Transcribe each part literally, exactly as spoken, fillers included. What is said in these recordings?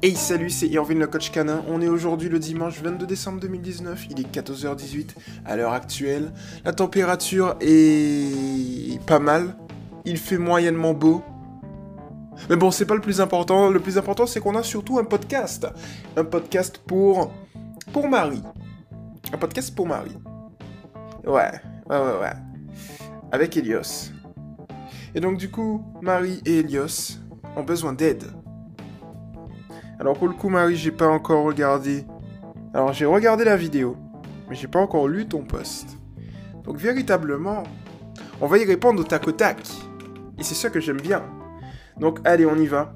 Hey salut, c'est Irvin le coach canin. On est aujourd'hui le dimanche vingt-deux décembre deux mille dix-neuf, il est quatorze heures dix-huit à l'heure actuelle. La température est pas mal, il fait moyennement beau. Mais bon, c'est pas le plus important, le plus important c'est qu'on a surtout un podcast. Un podcast pour... pour Marie. Un podcast pour Marie. Ouais, ouais, ouais, ouais. Avec Elios. Et donc du coup, Marie et Elios ont besoin d'aide. Alors pour le coup, Marie, j'ai pas encore regardé... Alors j'ai regardé la vidéo, mais j'ai pas encore lu ton post. Donc véritablement, on va y répondre au tac au tac. Et c'est ça que j'aime bien. Donc allez, on y va.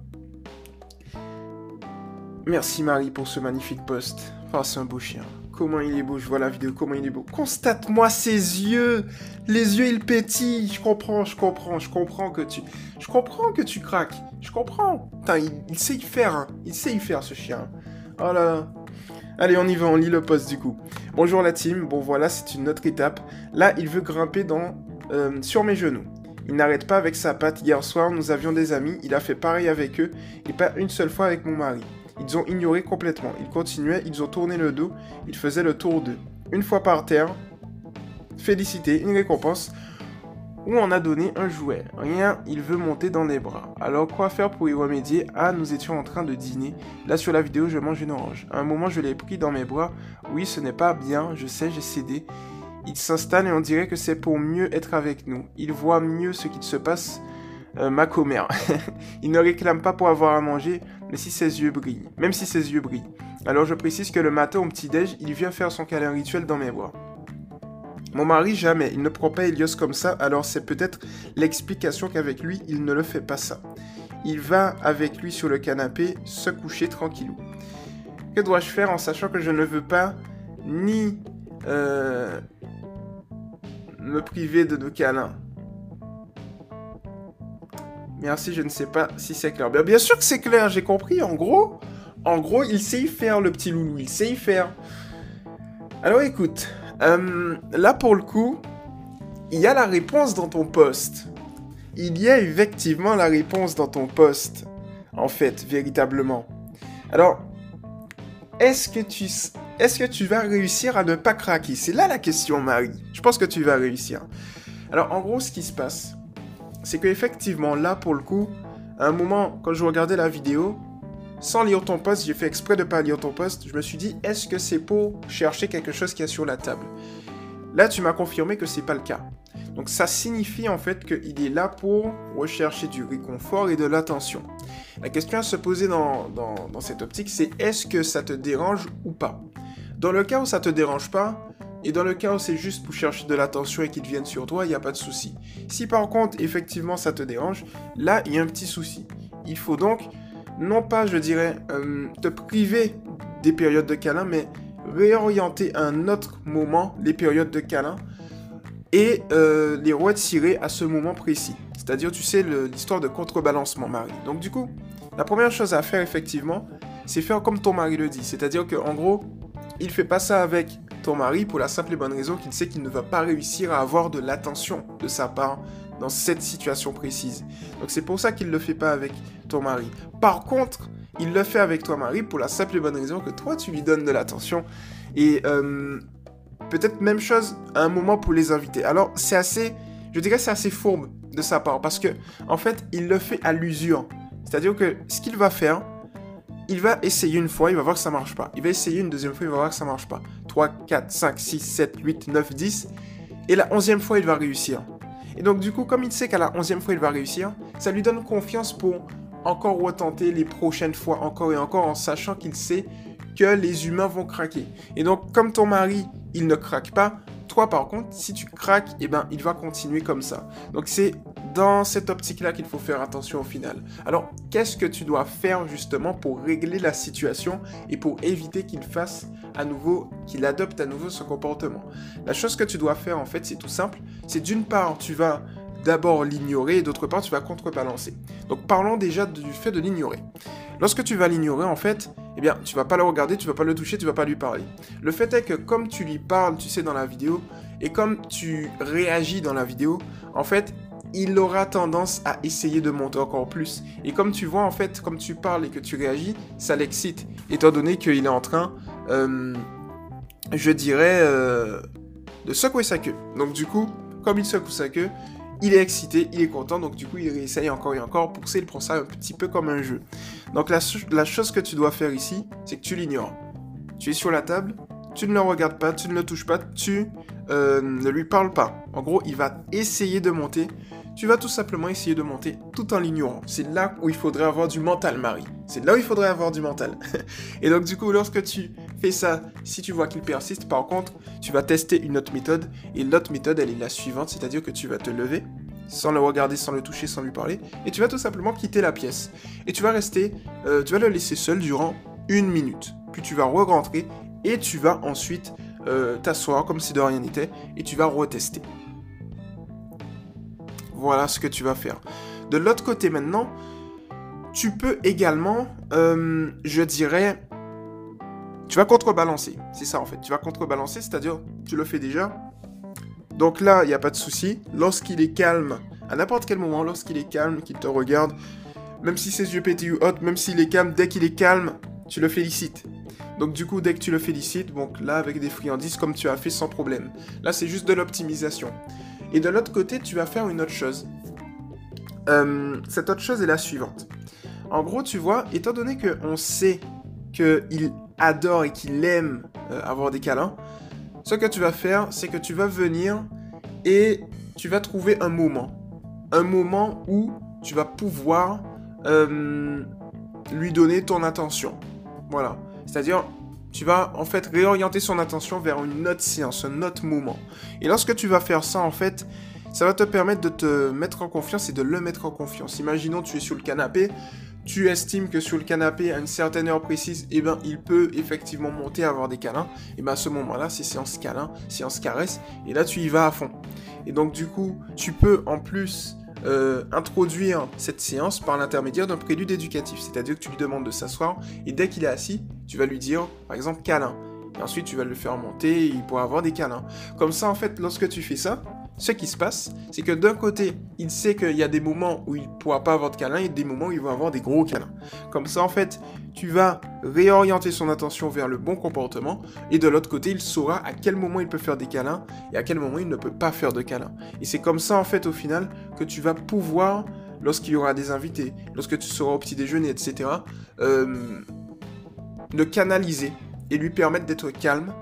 Merci Marie pour ce magnifique post. Oh, c'est un beau chien. Comment il est beau, je vois la vidéo, comment il est beau. Constate-moi ses yeux. Les yeux, ils pétillent. Je comprends, je comprends, je comprends que tu... Je comprends que tu craques. Je comprends. Putain, il, il sait y faire, hein. Il sait y faire, ce chien. Oh là là. Allez, on y va, on lit le post du coup. Bonjour la team. Bon, voilà, c'est une autre étape. Là, il veut grimper dans, euh, sur mes genoux. Il n'arrête pas avec sa patte. Hier soir, nous avions des amis. Il a fait pareil avec eux. Et pas une seule fois avec mon mari. Ils ont ignoré complètement. Ils continuaient, ils ont tourné le dos. Ils faisaient le tour d'eux. Une fois par terre, félicité, une récompense, où on a donné un jouet. Rien, il veut monter dans les bras. Alors quoi faire pour y remédier? Ah, nous étions en train de dîner. Là sur la vidéo, je mange une orange. À un moment, je l'ai pris dans mes bras. Oui, ce n'est pas bien, je sais, j'ai cédé. Il s'installe et on dirait que c'est pour mieux être avec nous. Il voit mieux ce qui se passe. Euh, ma commère. Il ne réclame pas pour avoir à manger, mais si ses yeux brillent. Même si ses yeux brillent. Alors je précise que le matin au petit-déj, il vient faire son câlin rituel dans mes bras. Mon mari, jamais. Il ne prend pas Elios comme ça, alors c'est peut-être l'explication qu'avec lui, il ne le fait pas ça. Il va avec lui sur le canapé, se coucher tranquillou. Que dois-je faire en sachant que je ne veux pas ni euh, me priver de nos câlins? Merci, je ne sais pas si c'est clair. Bien, bien sûr que c'est clair, j'ai compris. En gros, en gros, il sait y faire, le petit loulou. Il sait y faire. Alors écoute, euh, là pour le coup, il y a la réponse dans ton post. Il y a effectivement la réponse dans ton post. En fait, véritablement. Alors, est-ce que tu, est-ce que tu vas réussir à ne pas craquer? C'est là la question, Marie. Je pense que tu vas réussir. Alors, en gros, ce qui se passe... c'est qu'effectivement, là, pour le coup, à un moment, quand je regardais la vidéo, sans lire ton post, j'ai fait exprès de ne pas lire ton post, je me suis dit, est-ce que c'est pour chercher quelque chose qu'il y a sur la table? Là, tu m'as confirmé que c'est pas le cas. Donc, ça signifie en fait qu'il est là pour rechercher du réconfort et de l'attention. La question à se poser dans, dans, dans cette optique, c'est est-ce que ça te dérange ou pas? Dans le cas où ça te dérange pas, et dans le cas où c'est juste pour chercher de l'attention et qu'ils viennent sur toi, il n'y a pas de souci. Si par contre, effectivement, ça te dérange, là, il y a un petit souci. Il faut donc, non pas, je dirais, euh, te priver des périodes de câlin, mais réorienter à un autre moment les périodes de câlin et euh, les retirer à ce moment précis. C'est-à-dire, tu sais, le, l'histoire de contrebalancement, Marie. Donc du coup, la première chose à faire, effectivement, c'est faire comme ton mari le dit. C'est-à-dire qu'en gros, il fait pas ça avec ton mari pour la simple et bonne raison qu'il sait qu'il ne va pas réussir à avoir de l'attention de sa part dans cette situation précise. Donc c'est pour ça qu'il ne le fait pas avec ton mari. Par contre, il le fait avec toi, Marie, pour la simple et bonne raison que toi, tu lui donnes de l'attention. Et euh, peut-être même chose à un moment pour les invités. Alors c'est assez, je dirais c'est assez fourbe de sa part parce que en fait, il le fait à l'usure. C'est-à-dire que ce qu'il va faire, il va essayer une fois, il va voir que ça marche pas. Il va essayer une deuxième fois, il va voir que ça marche pas. trois, quatre, cinq, six, sept, huit, neuf, dix. Et la onzième fois, il va réussir. Et donc du coup, comme il sait qu'à la onzième fois, il va réussir, ça lui donne confiance pour encore retenter les prochaines fois, encore et encore, en sachant qu'il sait que les humains vont craquer. Et donc, comme ton mari, il ne craque pas, toi par contre, si tu craques, eh ben, il va continuer comme ça. Donc c'est dans cette optique-là qu'il faut faire attention au final. Alors, qu'est-ce que tu dois faire justement pour régler la situation et pour éviter qu'il fasse à nouveau, qu'il adopte à nouveau ce comportement? La chose que tu dois faire en fait, c'est tout simple. C'est d'une part, tu vas d'abord l'ignorer et d'autre part, tu vas contrebalancer. Donc parlons déjà du fait de l'ignorer. Lorsque tu vas l'ignorer, en fait, eh bien, tu vas pas le regarder, tu vas pas le toucher, tu vas pas lui parler. Le fait est que comme tu lui parles, tu sais, dans la vidéo, et comme tu réagis dans la vidéo, en fait, il aura tendance à essayer de monter encore plus. Et comme tu vois, en fait, comme tu parles et que tu réagis, ça l'excite. Étant donné qu'il est en train, euh, je dirais, euh, de secouer sa queue. Donc du coup, comme il secoue sa queue, il est excité, il est content, donc du coup, il réessaye encore et encore pour ça, il prend ça un petit peu comme un jeu. Donc la, la chose que tu dois faire ici, c'est que tu l'ignores. Tu es sur la table, tu ne le regardes pas, tu ne le touches pas, tu euh, ne lui parles pas. En gros, il va essayer de monter. Tu vas tout simplement essayer de monter tout en l'ignorant. C'est là où il faudrait avoir du mental, Marie. C'est là où il faudrait avoir du mental. Et donc du coup, lorsque tu fais ça, si tu vois qu'il persiste, par contre, tu vas tester une autre méthode. Et l'autre méthode, elle est la suivante, c'est-à-dire que tu vas te lever, sans le regarder, sans le toucher, sans lui parler, et tu vas tout simplement quitter la pièce. Et tu vas rester, euh, tu vas le laisser seul durant une minute. Puis tu vas re-rentrer, et tu vas ensuite euh, t'asseoir comme si de rien n'était, et tu vas retester. Voilà ce que tu vas faire. De l'autre côté maintenant, tu peux également, euh, je dirais, tu vas contrebalancer. C'est ça en fait, tu vas contrebalancer, c'est-à-dire, tu le fais déjà. Donc là, il n'y a pas de souci. Lorsqu'il est calme, à n'importe quel moment, lorsqu'il est calme, qu'il te regarde, même si ses yeux pétillent ou autre, même s'il est calme, dès qu'il est calme, tu le félicites. Donc du coup, dès que tu le félicites, donc là, avec des friandises, comme tu as fait, sans problème. Là, c'est juste de l'optimisation. Et de l'autre côté, tu vas faire une autre chose. Euh, cette autre chose est la suivante. En gros, tu vois, étant donné qu'on sait qu'il adore et qu'il aime euh, avoir des câlins, ce que tu vas faire, c'est que tu vas venir et tu vas trouver un moment. Un moment où tu vas pouvoir euh, lui donner ton attention. Voilà. C'est-à-dire, tu vas en fait réorienter son attention vers une autre séance, un autre moment. Et lorsque tu vas faire ça, en fait, ça va te permettre de te mettre en confiance et de le mettre en confiance. Imaginons, tu es sur le canapé, tu estimes que sur le canapé, à une certaine heure précise, eh ben, il peut effectivement monter, avoir des câlins. Et bien à ce moment-là, c'est séance câlin, séance caresse, et là tu y vas à fond. Et donc du coup, tu peux en plus euh, introduire cette séance par l'intermédiaire d'un prélude éducatif. C'est-à-dire que tu lui demandes de s'asseoir, et dès qu'il est assis, tu vas lui dire, par exemple, câlin. Et ensuite, tu vas le faire monter, et il pourra avoir des câlins. Comme ça, en fait, lorsque tu fais ça, ce qui se passe, c'est que d'un côté, il sait qu'il y a des moments où il ne pourra pas avoir de câlins et des moments où il va avoir des gros câlins. Comme ça, en fait, tu vas réorienter son attention vers le bon comportement et de l'autre côté, il saura à quel moment il peut faire des câlins et à quel moment il ne peut pas faire de câlins. Et c'est comme ça, en fait, au final, que tu vas pouvoir, lorsqu'il y aura des invités, lorsque tu seras au petit déjeuner, et cetera, euh, le canaliser et lui permettre d'être calme.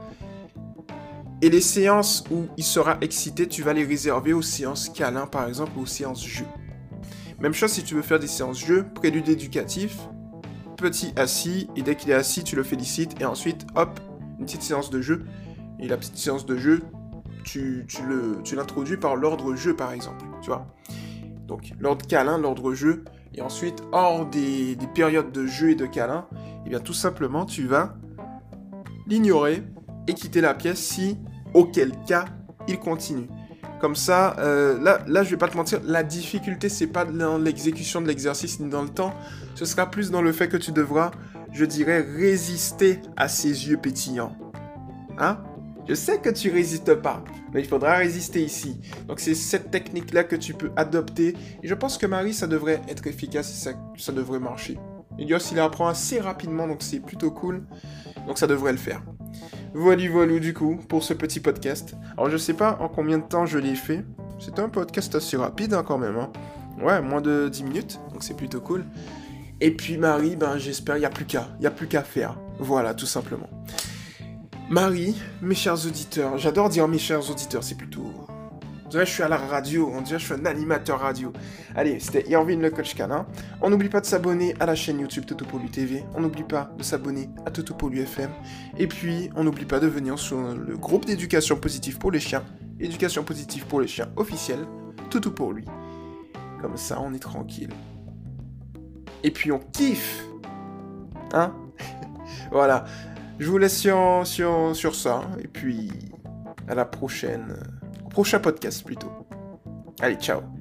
Et les séances où il sera excité, tu vas les réserver aux séances câlins, par exemple, ou aux séances jeux. Même chose si tu veux faire des séances jeux, prélude éducatif, petit assis, et dès qu'il est assis, tu le félicites, et ensuite, hop, une petite séance de jeu. Et la petite séance de jeu, tu, tu, le, tu l'introduis par l'ordre jeu, par exemple, tu vois. Donc, l'ordre câlin, l'ordre jeu, et ensuite, hors des, des périodes de jeu et de câlin, et bien tout simplement, tu vas l'ignorer et quitter la pièce si, auquel cas, il continue. Comme ça, euh, là, là, je vais pas te mentir, la difficulté, c'est pas dans l'exécution de l'exercice ni dans le temps, ce sera plus dans le fait que tu devras, je dirais, résister à ses yeux pétillants. Hein? Je sais que tu résistes pas, mais il faudra résister ici. Donc c'est cette technique-là que tu peux adopter, et je pense que Marie, ça devrait être efficace et ça, ça devrait marcher. Elios, il apprend assez rapidement, donc c'est plutôt cool, donc ça devrait le faire. Voilà, voilà, du coup, pour ce petit podcast. Alors, je sais pas en combien de temps je l'ai fait. C'était un podcast assez rapide, hein, quand même. Hein. Ouais, moins de dix minutes, donc c'est plutôt cool. Et puis, Marie, ben, j'espère, il n'y a plus qu'à. Il n'y a plus qu'à faire. Voilà, tout simplement. Marie, mes chers auditeurs, j'adore dire mes chers auditeurs, c'est plutôt... On dirait que je suis à la radio, on dirait que je suis un animateur radio. Allez, c'était Irvine le coach câlin. On n'oublie pas de s'abonner à la chaîne YouTube Totopoly T V. On n'oublie pas de s'abonner à Totopoly F M. Et puis, on n'oublie pas de venir sur le groupe d'éducation positive pour les chiens. Éducation positive pour les chiens officiel. Toutou pour lui. Comme ça, on est tranquille. Et puis, on kiffe. Hein? Voilà. Je vous laisse sur, sur, sur ça. Et puis, à la prochaine... Prochain podcast plutôt. Allez, ciao.